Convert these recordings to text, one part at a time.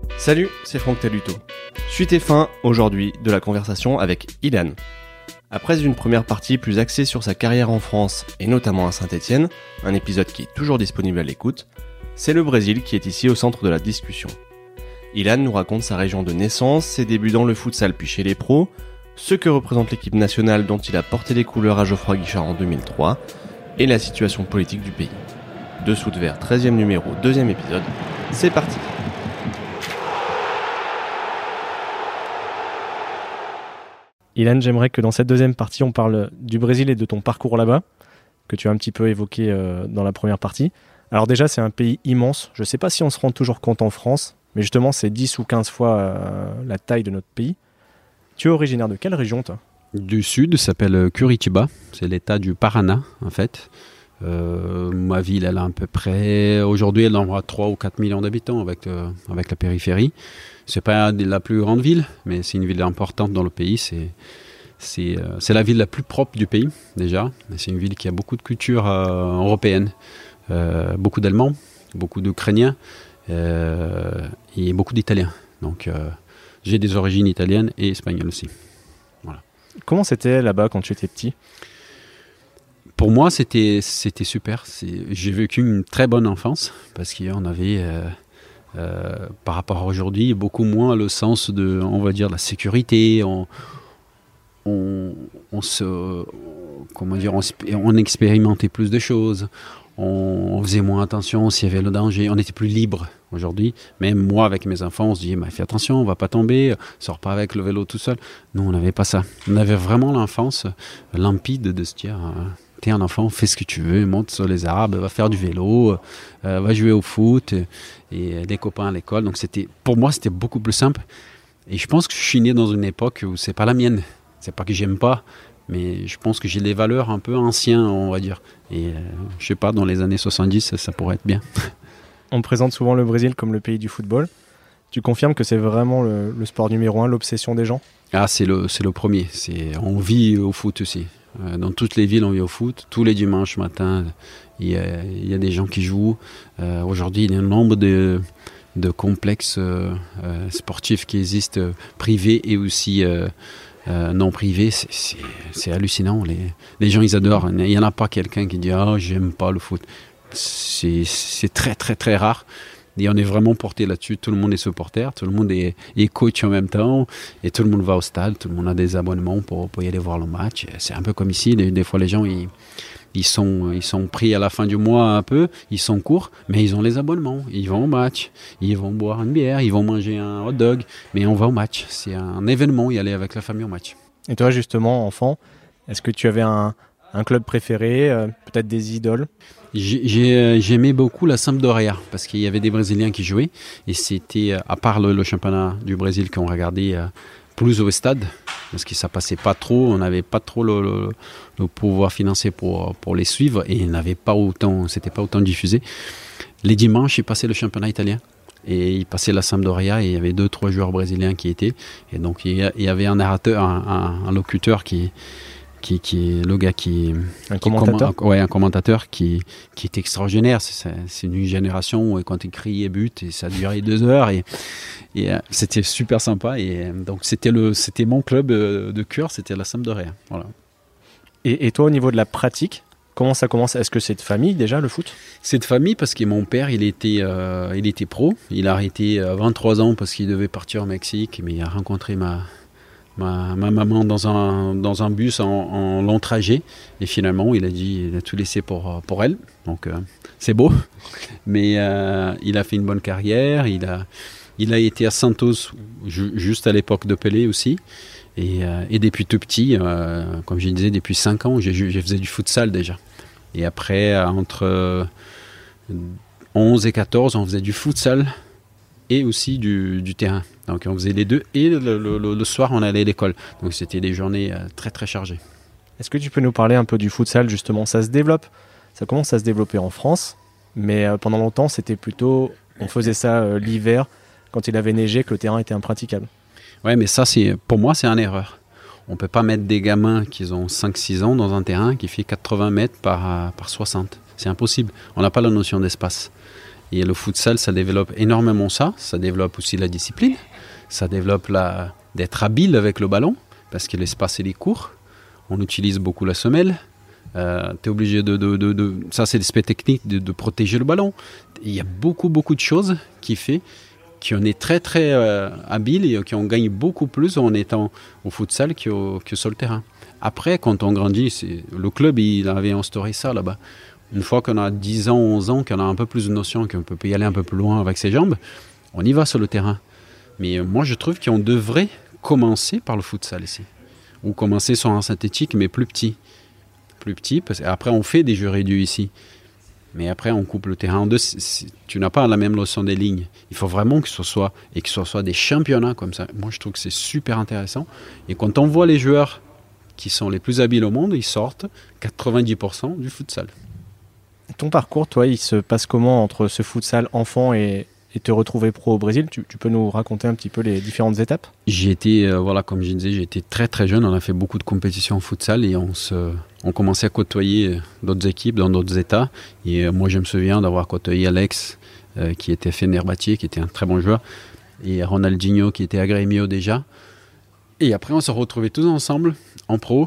Salut, c'est Franck Taluto. Suite et fin, aujourd'hui, de la conversation avec Ilan. Après une première partie plus axée sur sa carrière en France, et notamment à Saint-Etienne, un épisode qui est toujours disponible à l'écoute, c'est le Brésil qui est ici au centre de la discussion. Ilan nous raconte sa région de naissance, ses débuts dans le futsal puis chez les pros, ce que représente l'équipe nationale dont il a porté les couleurs à Geoffroy Guichard en 2003, et la situation politique du pays. Dessous de verre, 13e numéro, 2e épisode, c'est parti. Ilan, j'aimerais que dans cette deuxième partie, on parle du Brésil et de ton parcours là-bas, que tu as un petit peu évoqué dans la première partie. Alors déjà, c'est un pays immense. Je ne sais pas si on se rend toujours compte en France, mais justement, c'est 10 ou 15 fois la taille de notre pays. Tu es originaire de quelle région, toi ? Du sud, ça s'appelle Curitiba. C'est l'état du Paraná, en fait. Ma ville, elle a à peu près... Aujourd'hui, elle en a 3 ou 4 millions d'habitants avec la périphérie. C'est pas la plus grande ville, mais c'est une ville importante dans le pays. C'est la ville la plus propre du pays, déjà. C'est une ville qui a beaucoup de culture européenne. Beaucoup d'Allemands, beaucoup d'Ukrainiens et beaucoup d'Italiens. Donc, j'ai des origines italiennes et espagnoles aussi. Voilà. Comment c'était là-bas quand tu étais petit ? Pour moi, c'était super. J'ai vécu une très bonne enfance parce qu'on avait... par rapport à aujourd'hui, beaucoup moins le sens de, on va dire, la sécurité. On expérimentait plus de choses. On faisait moins attention s'il y avait le danger. On était plus libre aujourd'hui. Même moi, avec mes enfants, on se dit, fais attention, on va pas tomber, sors pas avec le vélo tout seul. Nous, on n'avait pas ça. On avait vraiment l'enfance limpide de se dire... T'es un enfant, fais ce que tu veux, monte sur les arbres, va faire du vélo, va jouer au foot et des copains à l'école. Donc pour moi, c'était beaucoup plus simple. Et je pense que je suis né dans une époque où c'est pas la mienne. C'est pas que j'aime pas, mais je pense que j'ai des valeurs un peu anciennes, on va dire. Et je sais pas, dans les années 70, ça pourrait être bien. On présente souvent le Brésil comme le pays du football. Tu confirmes que c'est vraiment le sport numéro 1, l'obsession des gens ? Ah, c'est le premier. On vit au foot aussi. Dans toutes les villes, on vit au foot. Tous les dimanches matin, il y a des gens qui jouent. Aujourd'hui, il y a un nombre de complexes sportifs qui existent, privés et aussi non privés. C'est hallucinant. Les gens, ils adorent. Il n'y en a pas quelqu'un qui dit « Ah, j'aime pas le foot ». C'est très, très, très rare. Et on est vraiment porté là-dessus. Tout le monde est supporter, tout le monde est coach en même temps, et tout le monde va au stade, tout le monde a des abonnements pour y aller voir le match. C'est un peu comme ici. Des fois, les gens, ils sont pris à la fin du mois un peu, ils sont courts, mais ils ont les abonnements. Ils vont au match, ils vont boire une bière, ils vont manger un hot dog, mais on va au match. C'est un événement, y aller avec la famille au match. Et toi, justement, enfant, est-ce que tu avais un club préféré, peut-être des idoles ? J'aimais beaucoup la Sampdoria parce qu'il y avait des Brésiliens qui jouaient et c'était, à part le championnat du Brésil qu'on regardait plus au stade parce que ça passait pas trop, on n'avait pas trop le pouvoir financier pour les suivre et c'était pas autant diffusé. Les dimanches, il passait le championnat italien et il passait la Sampdoria et il y avait 2-3 joueurs brésiliens qui étaient et donc il y avait un narrateur, un locuteur qui est le gars un commentateur. Un commentateur qui est extraordinaire. C'est une génération où quand il criait but et ça durait 2 heures et c'était super sympa et donc c'était mon club de cœur, c'était la Sampdoria. Voilà. Et toi, au niveau de la pratique, comment ça commence ? Est-ce que c'est de famille déjà le foot ? C'est de famille parce que mon père il était pro. Il a arrêté à 23 ans parce qu'il devait partir au Mexique, mais il a rencontré ma maman dans un bus en long trajet et finalement il a tout laissé pour elle, donc c'est beau, mais il a fait une bonne carrière, il a été à Santos juste à l'époque de Pelé aussi et depuis tout petit, comme je disais, depuis 5 ans je faisais du futsal déjà et après entre 11 et 14 on faisait du futsal et aussi du terrain. Donc on faisait les deux et le soir on allait à l'école. Donc c'était des journées très très chargées. Est-ce que tu peux nous parler un peu du futsal justement ? Ça commence à se développer en France, mais pendant longtemps c'était plutôt, on faisait ça l'hiver quand il avait neigé, que le terrain était impraticable. Ouais, mais ça pour moi c'est une erreur. On ne peut pas mettre des gamins qui ont 5-6 ans dans un terrain qui fait 80 mètres par 60. C'est impossible. On n'a pas la notion d'espace. Et le futsal, ça développe énormément ça. Ça développe aussi la discipline. Ça développe d'être habile avec le ballon, parce que l'espace est court. On utilise beaucoup la semelle. Tu es obligé ça c'est l'aspect technique, de protéger le ballon. Il y a beaucoup de choses qui fait qu'on est très très habile et qu'on gagne beaucoup plus en étant au futsal que sur le terrain. Après, quand on grandit, le club il avait instauré ça là-bas. Une fois qu'on a 10 ans, 11 ans, qu'on a un peu plus de notion, qu'on peut y aller un peu plus loin avec ses jambes, on y va sur le terrain. Mais moi je trouve qu'on devrait commencer par le futsal ici. Ou commencer sur un synthétique mais plus petit, parce qu'après on fait des jeux réduits ici, mais après on coupe le terrain en deux. Tu n'as pas la même notion des lignes. Il faut vraiment que ce soit des championnats comme ça. Moi je trouve que c'est super intéressant, et quand on voit les joueurs qui sont les plus habiles au monde, ils sortent 90% du futsal. Ton parcours, toi, il se passe comment entre ce futsal enfant et te retrouver pro au Brésil? Tu peux nous raconter un petit peu les différentes étapes? J'ai été, comme je disais, j'ai été très très jeune. On a fait beaucoup de compétitions en futsal et on commençait à côtoyer d'autres équipes dans d'autres états. Et moi, je me souviens d'avoir côtoyé Alex, qui était Fenerbahçe, qui était un très bon joueur, et Ronaldinho, qui était à Grêmio déjà. Et après, on se retrouvait tous ensemble en pro,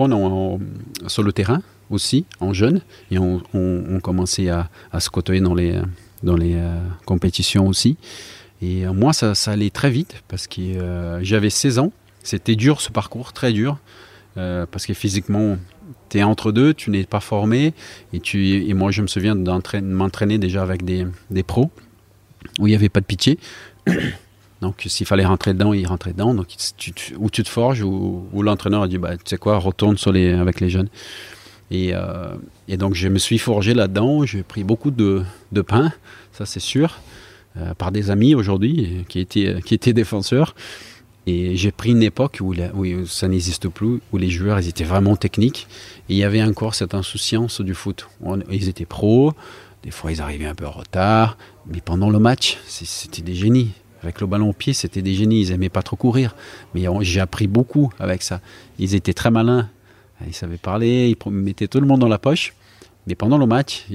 sur le terrain aussi, en jeune. Et on commençait à se côtoyer dans les compétitions aussi. Et moi, ça allait très vite parce que j'avais 16 ans. C'était dur ce parcours, très dur. Parce que physiquement, tu es entre deux, tu n'es pas formé. Et moi, je me souviens de m'entraîner déjà avec des pros où il n'y avait pas de pitié. Donc, s'il fallait rentrer dedans, il rentrait dedans. Donc, ou tu te forges, ou l'entraîneur a dit, tu sais quoi, retourne avec les jeunes. Et donc, je me suis forgé là-dedans. J'ai pris beaucoup de pain, ça c'est sûr, par des amis aujourd'hui qui étaient défenseurs. Et j'ai pris une époque où ça n'existe plus, où les joueurs ils étaient vraiment techniques. Et il y avait encore cette insouciance du foot. Ils étaient pros, des fois ils arrivaient un peu en retard. Mais pendant le match, c'était des génies. Avec le ballon au pied, c'était des génies. Ils n'aimaient pas trop courir. Mais j'ai appris beaucoup avec ça. Ils étaient très malins. Ils savaient parler, ils mettaient tout le monde dans la poche. Mais pendant le match,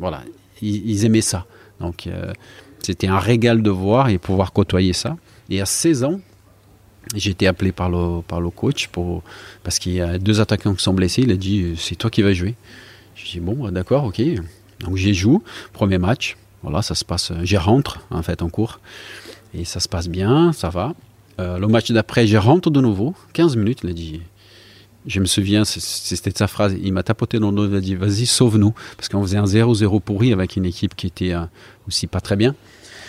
ils aimaient ça. Donc, c'était un régal de voir et pouvoir côtoyer ça. Et à 16 ans, j'ai été appelé par le coach parce qu'il y a 2 attaquants qui sont blessés. Il a dit, c'est toi qui vas jouer. Je dis, bon, d'accord, ok. Donc, j'y joue. Premier match. Voilà, ça se passe. J'y rentre, en fait, en cours. Et ça se passe bien, ça va. Le match d'après, je rentre de nouveau. 15 minutes, il a dit... Je me souviens, c'était sa phrase. Il m'a tapoté dans le dos, il a dit, vas-y, sauve-nous. Parce qu'on faisait un 0-0 pourri avec une équipe qui était aussi pas très bien.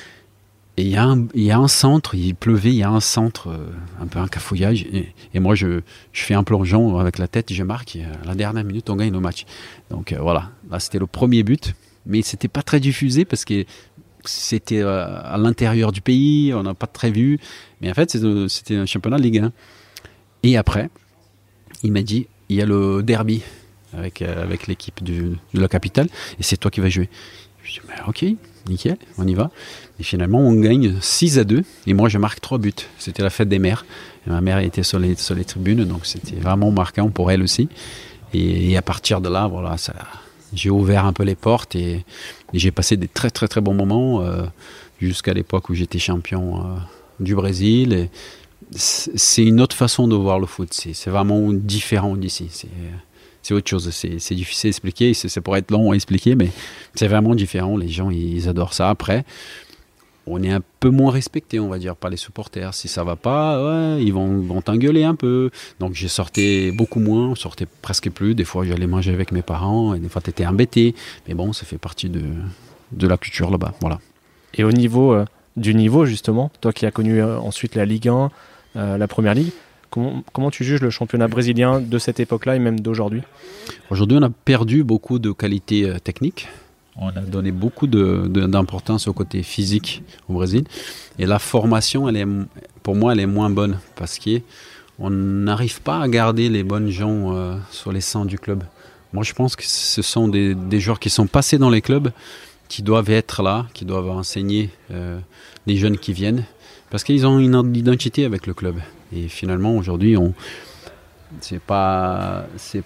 Et il y a un centre, il pleuvait, il y a un centre, un peu un cafouillage. Et moi, je fais un plongeon avec la tête, je marque. Et à la dernière minute, on gagne le match. Donc voilà, là, c'était le premier but. Mais c'était pas très diffusé parce que c'était à l'intérieur du pays, on n'a pas très vu. Mais en fait, c'était un championnat de Ligue 1. Et après, il m'a dit, il y a le derby avec l'équipe de la capitale, et c'est toi qui vas jouer. Je dis, ok, nickel, on y va. Et finalement, on gagne 6-2, et moi, je marque 3 buts. C'était la fête des mères. Et ma mère était sur les tribunes, donc c'était vraiment marquant pour elle aussi. Et à partir de là, voilà, j'ai ouvert un peu les portes, et j'ai passé des très, très, très bons moments, jusqu'à l'époque où j'étais champion du Brésil. Et c'est une autre façon de voir le foot. C'est vraiment différent d'ici. C'est autre chose. C'est difficile à expliquer. Ça pourrait être long à expliquer, mais c'est vraiment différent. Les gens, ils adorent ça. Après, on est un peu moins respecté, on va dire, par les supporters. Si ça va pas, ils vont t'engueuler un peu. Donc, j'ai sorti beaucoup moins. On sortait presque plus. Des fois, j'allais manger avec mes parents. Et des fois, tu étais embêté. Mais bon, ça fait partie de la culture là-bas. Voilà. Et au niveau du niveau, justement, toi qui as connu ensuite la Ligue 1, la Première Ligue, comment tu juges le championnat brésilien de cette époque-là et même d'aujourd'hui? Aujourd'hui, on a perdu beaucoup de qualités techniques. On a donné beaucoup d'importance au côté physique au Brésil. Et la formation, pour moi, elle est moins bonne parce qu'on n'arrive pas à garder les bonnes gens sur les centres du club. Moi, je pense que ce sont des joueurs qui sont passés dans les clubs, qui doivent être là, qui doivent enseigner les jeunes qui viennent. Parce qu'ils ont une identité avec le club. Et finalement, aujourd'hui, c'est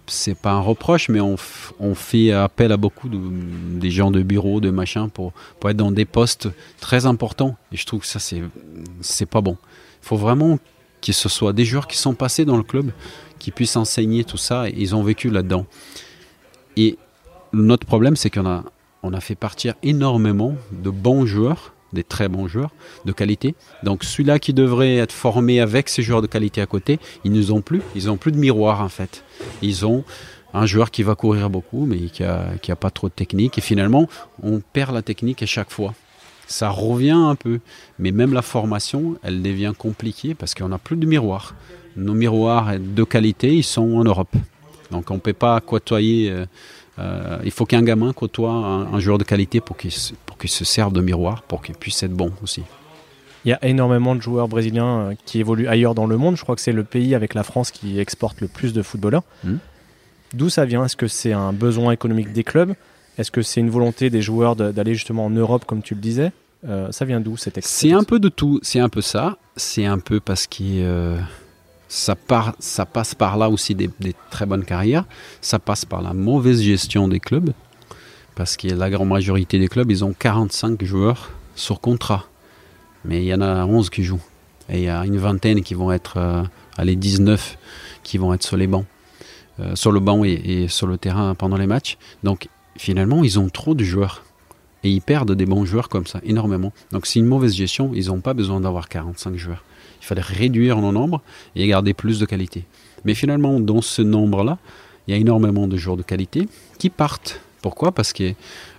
c'est pas un reproche, mais on fait appel à beaucoup des gens de bureau, de machin, pour être dans des postes très importants. Et je trouve que ça, c'est pas bon. Il faut vraiment que ce soit des joueurs qui sont passés dans le club, qui puissent enseigner tout ça, et ils ont vécu là-dedans. Et notre problème, c'est qu'on a fait partir énormément de bons joueurs, des très bons joueurs de qualité. Donc celui-là qui devrait être formé avec ces joueurs de qualité à côté, ils n'ont plus de miroir en fait. Ils ont un joueur qui va courir beaucoup mais qui a pas trop de technique, et finalement on perd la technique à chaque fois. Ça revient un peu, mais même la formation, elle devient compliquée parce qu'on n'a plus de miroir. Nos miroirs de qualité, ils sont en Europe. Donc on ne peut pas côtoyer. Il faut qu'un gamin côtoie un joueur de qualité pour qu'il se serve de miroir, pour qu'il puisse être bon aussi. Il y a énormément de joueurs brésiliens qui évoluent ailleurs dans le monde. Je crois que c'est le pays avec la France qui exporte le plus de footballeurs. D'où ça vient ? Est-ce que c'est un besoin économique des clubs ? Est-ce que c'est une volonté des joueurs d'aller justement en Europe, comme tu le disais ? Ça vient d'où cette exportation ? C'est un peu de tout. C'est un peu ça. C'est un peu parce que ça passe par là aussi des très bonnes carrières. Ça passe par la mauvaise gestion des clubs. Parce que la grande majorité des clubs, ils ont 45 joueurs sur contrat. Mais il y en a 11 qui jouent. Et il y a une vingtaine qui vont être, 19 qui vont être sur les bancs. Sur le banc et sur le terrain pendant les matchs. Donc finalement, ils ont trop de joueurs. Et ils perdent des bons joueurs comme ça, énormément. Donc c'est une mauvaise gestion. Ils n'ont pas besoin d'avoir 45 joueurs. Il fallait réduire le nombre et garder plus de qualité. Mais finalement, dans ce nombre-là, il y a énormément de joueurs de qualité qui partent. Pourquoi ? Parce que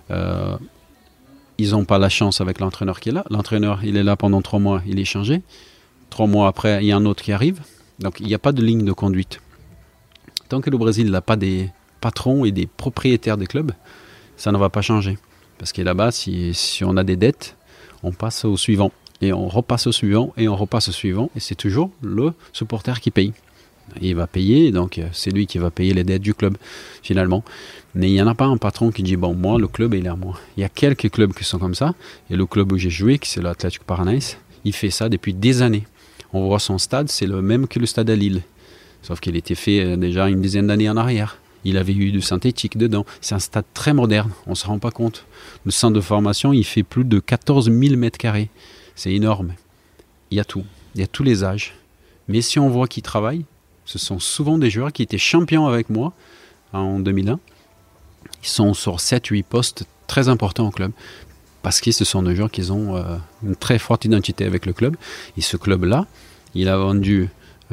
ils n'ont pas la chance avec l'entraîneur qui est là. L'entraîneur, il est là pendant 3 mois, il est changé. 3 mois après, il y a un autre qui arrive. Donc il n'y a pas de ligne de conduite. Tant que le Brésil n'a pas des patrons et des propriétaires des clubs, ça ne va pas changer. Parce que là-bas, si on a des dettes, on passe au suivant. Et on repasse au suivant, et on repasse au suivant. Et c'est toujours le supporter qui paye. Il va payer, donc c'est lui qui va payer les dettes du club, finalement. Mais il n'y en a pas un patron qui dit, bon, moi, le club, il est à moi. Il y a quelques clubs qui sont comme ça. Et le club où j'ai joué, qui c'est l'Atlético Paranaense, il fait ça depuis des années. On voit son stade, c'est le même que le stade à Lille. Sauf qu'il était fait déjà une dizaine d'années en arrière. Il avait eu du synthétique dedans. C'est un stade très moderne, on ne se rend pas compte. Le centre de formation, il fait plus de 14 000 m². C'est énorme. Il y a tout. Il y a tous les âges. Mais si on voit qui travaillent, ce sont souvent des joueurs qui étaient champions avec moi en 2001. Ils sont sur 7-8 postes très importants au club. Parce que ce sont des joueurs qui ont une très forte identité avec le club. Et ce club-là, il a vendu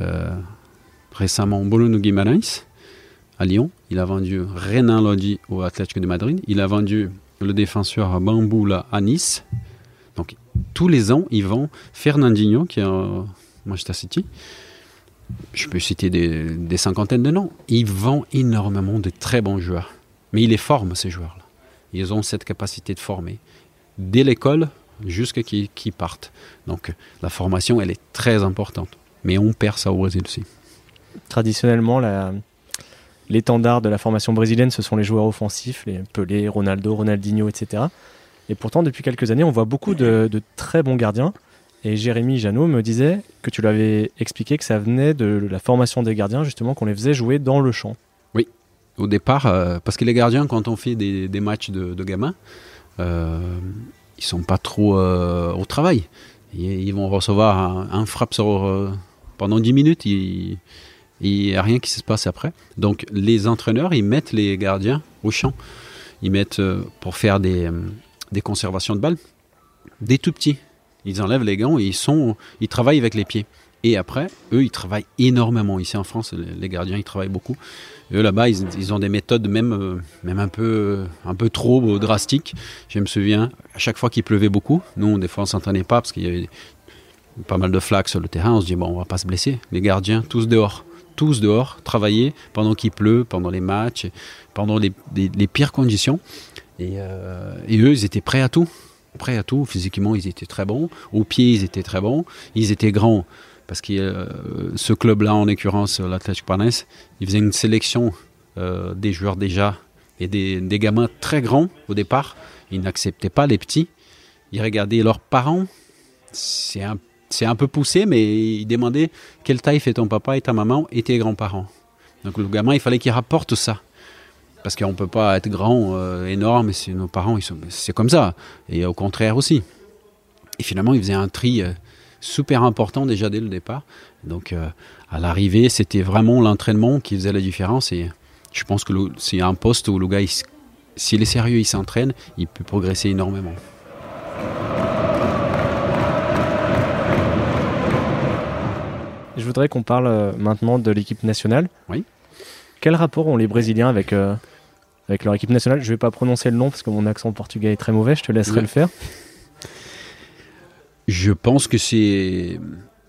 récemment Bruno Guimarães à Lyon. Il a vendu Renan Lodi au Atlético de Madrid. Il a vendu le défenseur Bamboula à Nice. Donc, tous les ans, ils vendent Fernandinho, qui est à Manchester City. Je peux citer des cinquantaines de noms. Ils vendent énormément de très bons joueurs. Mais ils les forment, ces joueurs-là. Ils ont cette capacité de former. Dès l'école, jusqu'à qu'ils partent. Donc, la formation, elle est très importante. Mais on perd ça au Brésil aussi. Traditionnellement, l'étendard de la formation brésilienne, ce sont les joueurs offensifs, les Pelé, Ronaldo, Ronaldinho, etc. Et pourtant, depuis quelques années, on voit beaucoup de très bons gardiens. Et Jérémy Janot me disait que tu l'avais expliqué que ça venait de la formation des gardiens, justement, qu'on les faisait jouer dans le champ. Oui, au départ, parce que les gardiens, quand on fait des matchs de gamins, ils sont pas trop au travail. Ils vont recevoir un frappe pendant 10 minutes, il n'y a rien qui se passe après. Donc les entraîneurs, ils mettent les gardiens au champ. Ils mettent pour faire des conservations de balles, des tout petits. Ils enlèvent les gants et ils travaillent avec les pieds. Et après, eux, ils travaillent énormément. Ici en France, les gardiens, ils travaillent beaucoup. Eux, là-bas, ils ont des méthodes même un peu trop drastiques. Je me souviens, à chaque fois qu'il pleuvait beaucoup, nous, des fois, on ne s'entraînait pas parce qu'il y avait pas mal de flaques sur le terrain. On se dit, bon, on ne va pas se blesser. Les gardiens, tous dehors, travailler pendant qu'il pleut, pendant les matchs, pendant les pires conditions. Et eux, ils étaient prêts à tout. Physiquement, ils étaient très bons. Au pied, ils étaient très bons. Ils étaient grands. Parce que ce club-là, en l'occurrence, l'Atlético Paranaense, il faisait une sélection des joueurs déjà et des gamins très grands au départ. Ils n'acceptaient pas les petits. Ils regardaient leurs parents. C'est un peu poussé, mais ils demandaient quelle taille fait ton papa et ta maman et tes grands-parents. Donc le gamin, il fallait qu'il rapporte ça. Parce qu'on ne peut pas être grand, énorme, et nos parents, c'est comme ça. Et au contraire aussi. Et finalement, ils faisaient un tri super important déjà dès le départ. Donc à l'arrivée, c'était vraiment l'entraînement qui faisait la différence. Et je pense que c'est un poste où le gars, s'il est sérieux, il s'entraîne, il peut progresser énormément. Je voudrais qu'on parle maintenant de l'équipe nationale. Oui. Quel rapport ont les Brésiliens avec leur équipe nationale ? Je ne vais pas prononcer le nom parce que mon accent portugais est très mauvais, je te laisserai le faire. Je pense que c'est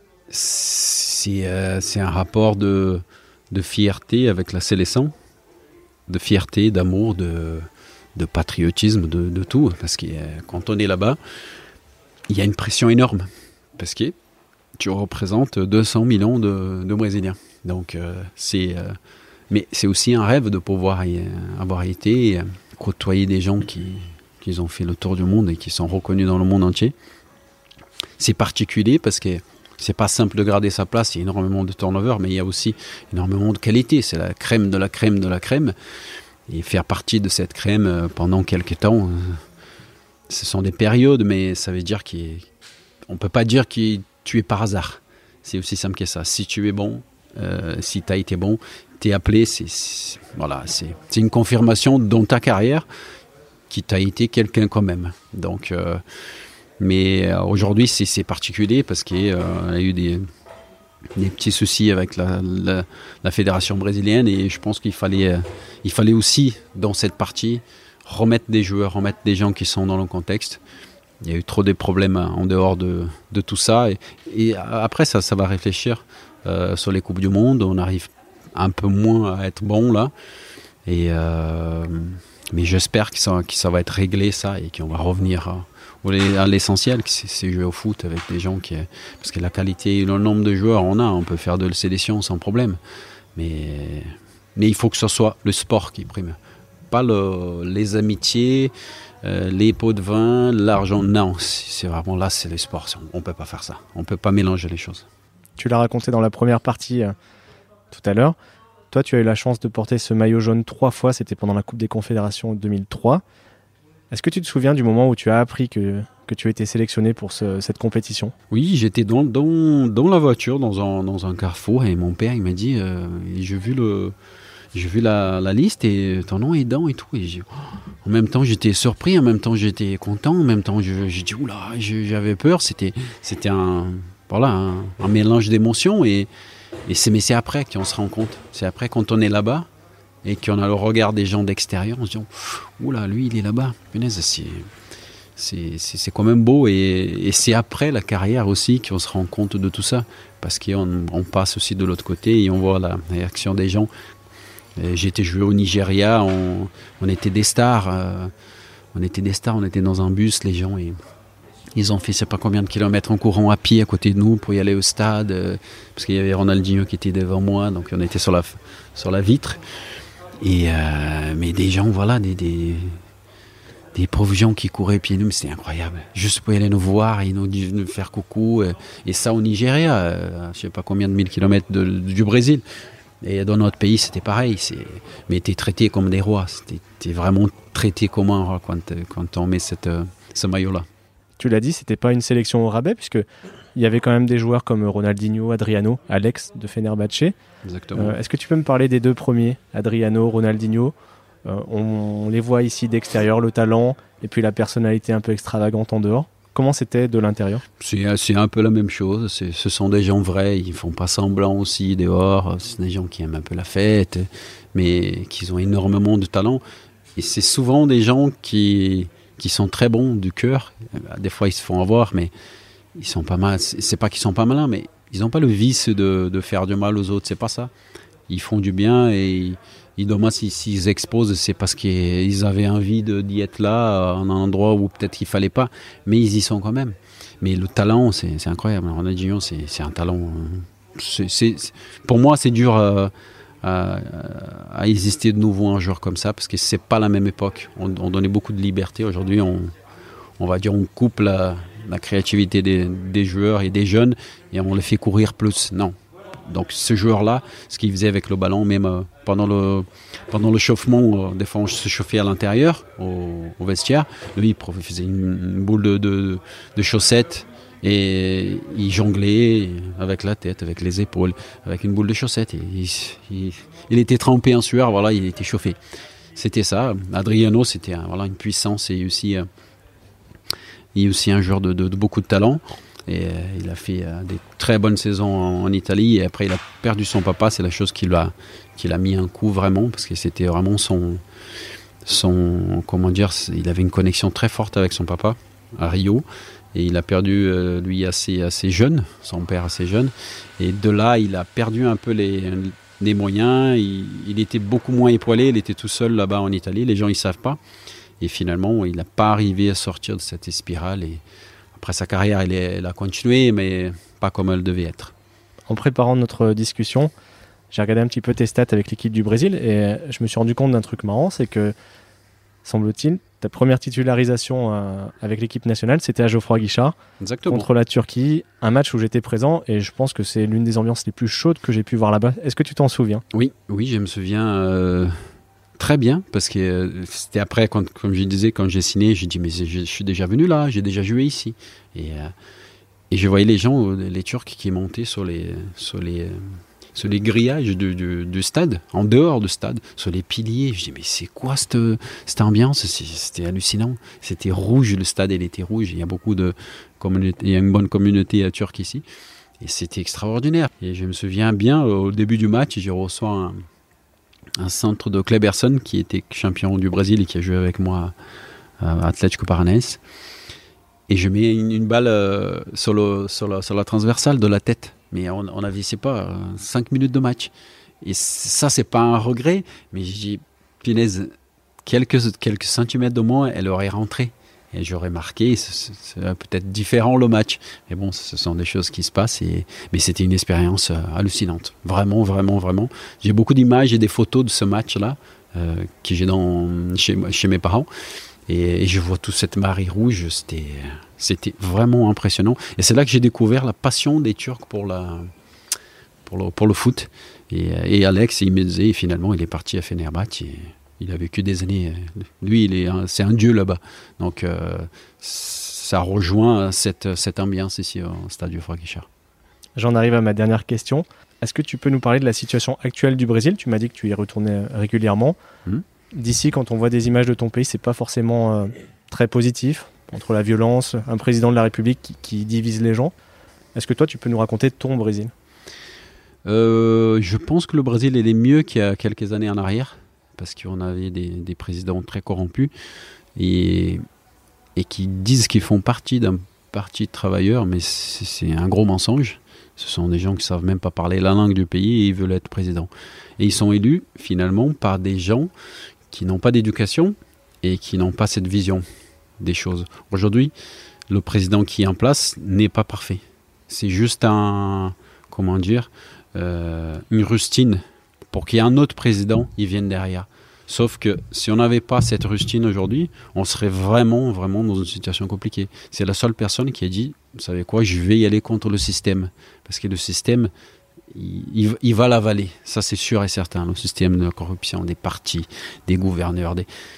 un rapport de fierté avec la sélection, de fierté, d'amour, de patriotisme, de tout. Parce que quand on est là-bas, il y a une pression énorme. Parce que tu représentes 200 millions de Brésiliens. Donc mais c'est aussi un rêve de pouvoir avoir été côtoyer des gens qui ont fait le tour du monde et qui sont reconnus dans le monde entier. C'est particulier parce que c'est pas simple de garder sa place, il y a énormément de turnover, mais il y a aussi énormément de qualité. C'est la crème de la crème de la crème. Et faire partie de cette crème pendant quelques temps, ce sont des périodes, mais ça veut dire qu'on ne peut pas dire que tu es par hasard. C'est aussi simple que ça. Si tu es bon, si tu as été bon, tu es appelé, c'est une confirmation dans ta carrière que tu as été quelqu'un quand même. Donc, mais aujourd'hui, c'est particulier parce qu'il y a eu des petits soucis avec la fédération brésilienne et je pense qu'il fallait aussi, dans cette partie, remettre des joueurs, remettre des gens qui sont dans le contexte. Il y a eu trop de problèmes en dehors de tout ça. Et après, ça va réfléchir sur les Coupes du Monde. On arrive un peu moins à être bon là. Mais j'espère que ça va être réglé, ça, et qu'on va revenir à l'essentiel, c'est jouer au foot avec des gens parce que la qualité et le nombre de joueurs on peut faire de la sélection sans problème. Mais il faut que ce soit le sport qui prime. Pas les amitiés, les pots de vin, l'argent. Non, c'est vraiment là, c'est le sport. On ne peut pas faire ça. On ne peut pas mélanger les choses. Tu l'as raconté dans la première partie tout à l'heure. Toi, tu as eu la chance de porter ce maillot jaune 3 fois. C'était pendant la Coupe des Confédérations 2003. Est-ce que tu te souviens du moment où tu as appris que tu as été sélectionné pour cette compétition ? Oui, j'étais dans la voiture, dans un carrefour, et mon père il m'a dit j'ai vu la liste et ton nom est dedans et tout. Et en même temps, j'étais surpris, en même temps, j'étais content, en même temps, j'ai dit oula, j'avais peur. C'était un mélange d'émotions mais c'est après qu'on se rend compte. C'est après quand on est là-bas et qu'on a le regard des gens d'extérieur, on se dit oula, lui il est là-bas. Punaise, c'est quand même beau et c'est après la carrière aussi qu'on se rend compte de tout ça parce qu'on passe aussi de l'autre côté et on voit la réaction des gens. J'ai été joué au Nigeria, on était des stars, on était dans un bus, les gens, et ils ont fait je sais pas combien de kilomètres en courant à pied à côté de nous pour y aller au stade, parce qu'il y avait Ronaldinho qui était devant moi, donc on était sur la vitre. Mais des gens, voilà, des pauvres gens qui couraient pieds nus, c'était incroyable. Juste pour y aller nous voir et nous faire coucou. Et ça au Nigeria, je sais pas combien de 1000 kilomètres du Brésil. Et dans notre pays, c'était pareil. Mais t'es traité comme des rois. T'es vraiment traité comme un roi quand on met ce maillot-là. Tu l'as dit, c'était pas une sélection au rabais, puisque il y avait quand même des joueurs comme Ronaldinho, Adriano, Alex de Fenerbahçe. Exactement. Est-ce que tu peux me parler des deux premiers, Adriano, Ronaldinho ? On les voit ici d'extérieur, le talent et puis la personnalité un peu extravagante en dehors. Comment c'était de l'intérieur ? C'est un peu la même chose. Ce sont des gens vrais, ils font pas semblant aussi dehors. C'est des gens qui aiment un peu la fête, mais qui ont énormément de talent. Et c'est souvent des gens qui sont très bons du cœur. Des fois, ils se font avoir, mais ils sont pas mal. C'est pas qu'ils sont pas malins, mais ils n'ont pas le vice de faire du mal aux autres. C'est pas ça. Ils font du bien et dommage s'ils exposent, c'est parce qu'ils avaient envie d'y être là, en un endroit où peut-être qu'il fallait pas, mais ils y sont quand même. Mais le talent, c'est incroyable. Ronaldinho, c'est un talent. Pour moi, c'est dur à exister de nouveau un joueur comme ça, parce que c'est pas la même époque. On donnait beaucoup de liberté. Aujourd'hui, on va dire, on coupe la créativité des joueurs et des jeunes et on les fait courir plus. Non. Donc ce joueur-là, ce qu'il faisait avec le ballon, même pendant le chauffement, des fois on se chauffait à l'intérieur, au vestiaire, lui il faisait une boule de chaussettes et il jonglait avec la tête, avec les épaules, avec une boule de chaussettes. Et il était trempé en sueur, voilà, il était chauffé. C'était ça. Adriano, c'était une puissance et aussi un joueur de beaucoup de talent. Et il a fait des très bonnes saisons en Italie. Et après, il a perdu son papa. C'est la chose qui l'a mis un coup vraiment, parce que c'était vraiment son comment dire, il avait une connexion très forte avec son papa à Rio. Et il a perdu, lui, assez jeune, son père assez jeune. Et de là, il a perdu un peu les moyens. Il était beaucoup moins épaulé. Il était tout seul là-bas en Italie. Les gens, ils ne savent pas. Et finalement, il n'a pas arrivé à sortir de cette spirale. Et après, sa carrière, elle a continué, mais pas comme elle devait être. En préparant notre discussion, j'ai regardé un petit peu tes stats avec l'équipe du Brésil et je me suis rendu compte d'un truc marrant, c'est que, semble-t-il, ta première titularisation avec l'équipe nationale, c'était à Geoffroy Guichard. Exactement. Contre la Turquie, un match où j'étais présent et je pense que c'est l'une des ambiances les plus chaudes que j'ai pu voir là-bas. Est-ce que tu t'en souviens ? Oui, je me souviens très bien, parce que c'était après, comme je disais, quand j'ai signé, j'ai dit mais je suis déjà venu là, j'ai déjà joué ici. Et je voyais les gens, les Turcs qui montaient sur les grillages du stade, en dehors du stade, sur les piliers. Je dis mais c'est quoi cette ambiance ? C'était hallucinant. C'était rouge, le stade il était rouge. Il y a une bonne communauté turque ici. Et c'était extraordinaire. Et je me souviens bien, au début du match, je reçois un centre de Kleberson qui était champion du Brésil et qui a joué avec moi à Atlético Paranaense. Et je mets une balle sur la transversale de la tête. Mais on avait, c'est pas, 5 minutes de match. Et ça, c'est pas un regret. Mais je dis, punaise, quelques centimètres de moins, elle aurait rentré. Et j'aurais marqué. C'est peut-être différent le match. Mais bon, ce sont des choses qui se passent. Mais c'était une expérience hallucinante. Vraiment, vraiment, vraiment. J'ai beaucoup d'images et des photos de ce match-là que j'ai chez mes parents. Et je vois toute cette marée rouge, c'était vraiment impressionnant. Et c'est là que j'ai découvert la passion des Turcs pour le foot. Et Alex, il me disait, finalement, il est parti à Fenerbahçe. Il a vécu des années. Lui, c'est un dieu là-bas. Donc, ça rejoint cette ambiance ici au stade Geoffroy Guichard. J'en arrive à ma dernière question. Est-ce que tu peux nous parler de la situation actuelle du Brésil ? Tu m'as dit que tu y retournais régulièrement. D'ici, quand on voit des images de ton pays, c'est pas forcément très positif, entre la violence, un président de la République qui divise les gens. Est-ce que toi, tu peux nous raconter ton Brésil ? Je pense que le Brésil est mieux qu'il y a quelques années en arrière, parce qu'on avait des présidents très corrompus et qui disent qu'ils font partie d'un parti de travailleurs, mais c'est un gros mensonge. Ce sont des gens qui ne savent même pas parler la langue du pays et ils veulent être présidents. Et ils sont élus, finalement, par des gens qui n'ont pas d'éducation et qui n'ont pas cette vision des choses. Aujourd'hui, le président qui est en place n'est pas parfait. C'est juste une rustine pour qu'il y ait un autre président qui vienne derrière. Sauf que si on n'avait pas cette rustine aujourd'hui, on serait vraiment, vraiment dans une situation compliquée. C'est la seule personne qui a dit, vous savez quoi, je vais y aller contre le système. Parce que le système, il va l'avaler. Ça, c'est sûr et certain. Le système de la corruption, des partis, des gouverneurs,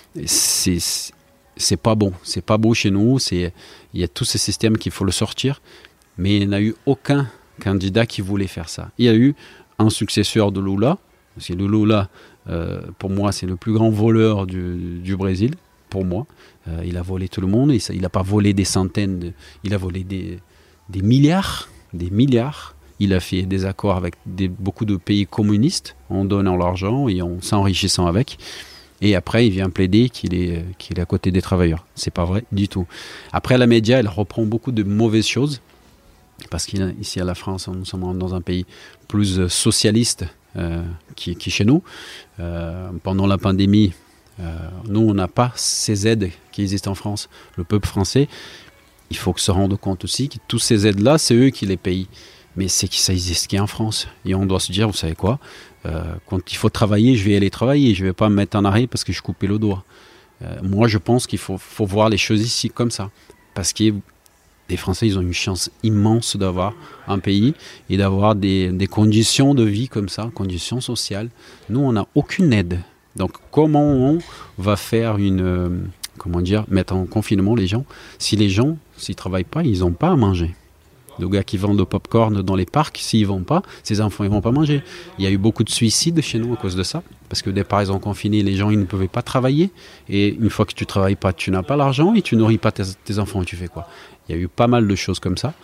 c'est pas bon. C'est pas beau chez nous. Il y a tous ces systèmes qu'il faut le sortir. Mais il n'y a eu aucun candidat qui voulait faire ça. Il y a eu un successeur de Lula. Parce que Lula, pour moi, c'est le plus grand voleur du Brésil. Pour moi. Il a volé tout le monde. Il n'a pas volé des centaines. Il a volé des milliards. Des milliards. Il a fait des accords avec beaucoup de pays communistes en donnant l'argent et en s'enrichissant avec. Et après, il vient plaider qu'il est à côté des travailleurs. C'est pas vrai du tout. Après, la média, elle reprend beaucoup de mauvaises choses. Parce qu'ici à la France, nous sommes dans un pays plus socialiste qui chez nous. Pendant la pandémie, nous, on n'a pas ces aides qui existent en France. Le peuple français, il faut se rendre compte aussi que toutes ces aides-là, c'est eux qui les payent. Mais c'est que ça existe qu'en France. Et on doit se dire, vous savez quoi, quand il faut travailler, je vais aller travailler. Je ne vais pas me mettre en arrêt parce que je coupais le doigt. Moi, je pense qu'il faut voir les choses ici comme ça. Parce que Les Français, ils ont une chance immense d'avoir un pays et d'avoir des conditions de vie comme ça, conditions sociales. Nous, on n'a aucune aide. Donc, comment on va faire mettre en confinement les gens? Si les gens, s'ils ne travaillent pas, ils n'ont pas à manger. Les gars qui vendent au pop-corn dans les parcs, s'ils ne vont pas, ces enfants, ils ne vont pas manger. Il y a eu beaucoup de suicides chez nous à cause de ça. Parce que dès par exemple confinés, les gens, ils ne pouvaient pas travailler. Et une fois que tu ne travailles pas, tu n'as pas l'argent et tu nourris pas tes enfants. Tu fais quoi? Il y a eu pas mal de choses comme ça.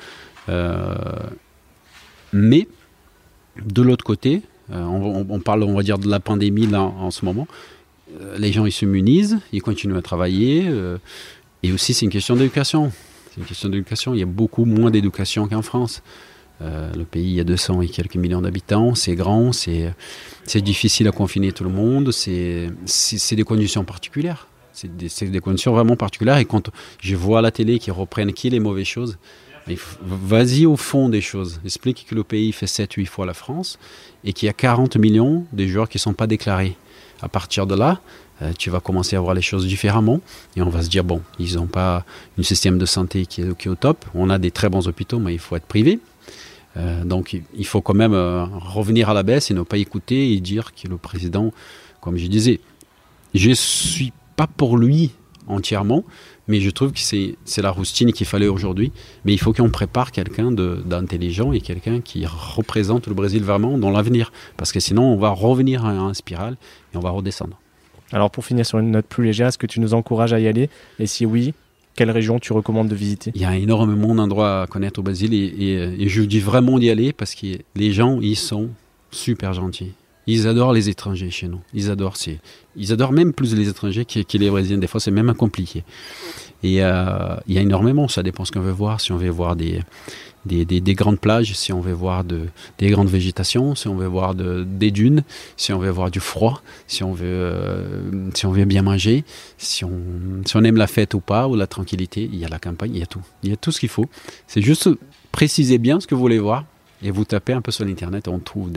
Mais, de l'autre côté, on parle, on va dire, de la pandémie là en ce moment. Les gens, ils s'immunisent, ils continuent à travailler. Et aussi, c'est une question d'éducation. C'est une question d'éducation. Il y a beaucoup moins d'éducation qu'en France. Le pays, il y a 200 et quelques millions d'habitants. C'est grand, c'est difficile à confiner tout le monde. C'est des conditions particulières. C'est des conditions vraiment particulières. Et quand je vois à la télé qu'ils reprennent les mauvaises choses, vas-y au fond des choses. Explique que le pays fait 7-8 fois la France et qu'il y a 40 millions de joueurs qui ne sont pas déclarés. À partir de là, tu vas commencer à voir les choses différemment et on va se dire, bon, ils n'ont pas un système de santé qui est au top. On a des très bons hôpitaux, mais il faut être privé. Donc il faut quand même revenir à la baisse et ne pas écouter et dire que le président, comme je disais, je ne suis pas pour lui entièrement, mais je trouve que c'est la roustine qu'il fallait aujourd'hui. Mais il faut qu'on prépare quelqu'un d'intelligent et quelqu'un qui représente le Brésil vraiment dans l'avenir. Parce que sinon, on va revenir à une spirale et on va redescendre. Alors pour finir sur une note plus légère, est-ce que tu nous encourages à y aller? Et si oui, quelle région tu recommandes de visiter? Il y a énormément d'endroits à connaître au Brésil et je dis vraiment d'y aller parce que les gens, ils sont super gentils. Ils adorent les étrangers chez nous. Ils adorent même plus les étrangers que les Brésiliens. Des fois, c'est même compliqué. Et il y a énormément. Ça dépend ce qu'on veut voir. Si on veut voir des grandes plages, si on veut voir des grandes végétations, si on veut voir des dunes, si on veut voir du froid, si on veut bien manger, si on aime la fête ou pas, ou la tranquillité, il y a la campagne, il y a tout. Il y a tout ce qu'il faut. C'est juste préciser bien ce que vous voulez voir et vous tapez un peu sur l'internet, on trouve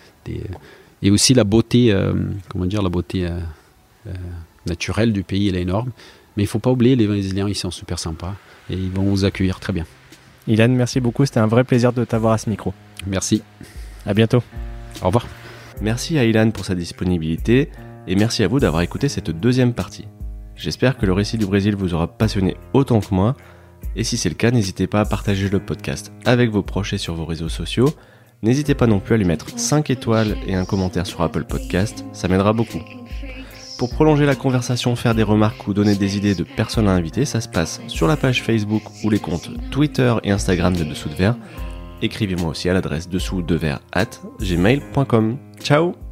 et aussi la beauté, la beauté naturelle du pays, elle est énorme. Mais il ne faut pas oublier, les Brésiliens, ils sont super sympas et ils vont vous accueillir très bien. Ilan, merci beaucoup, c'était un vrai plaisir de t'avoir à ce micro. Merci. À bientôt. Au revoir. Merci à Ilan pour sa disponibilité et merci à vous d'avoir écouté cette deuxième partie. J'espère que le récit du Brésil vous aura passionné autant que moi. Et si c'est le cas, n'hésitez pas à partager le podcast avec vos proches et sur vos réseaux sociaux. N'hésitez pas non plus à lui mettre 5 étoiles et un commentaire sur Apple Podcast, ça m'aidera beaucoup. Pour prolonger la conversation, faire des remarques ou donner des idées de personnes à inviter, ça se passe sur la page Facebook ou les comptes Twitter et Instagram de Dessous de Verre. Écrivez-moi aussi à l'adresse dessous-de-verre@gmail.com. Ciao!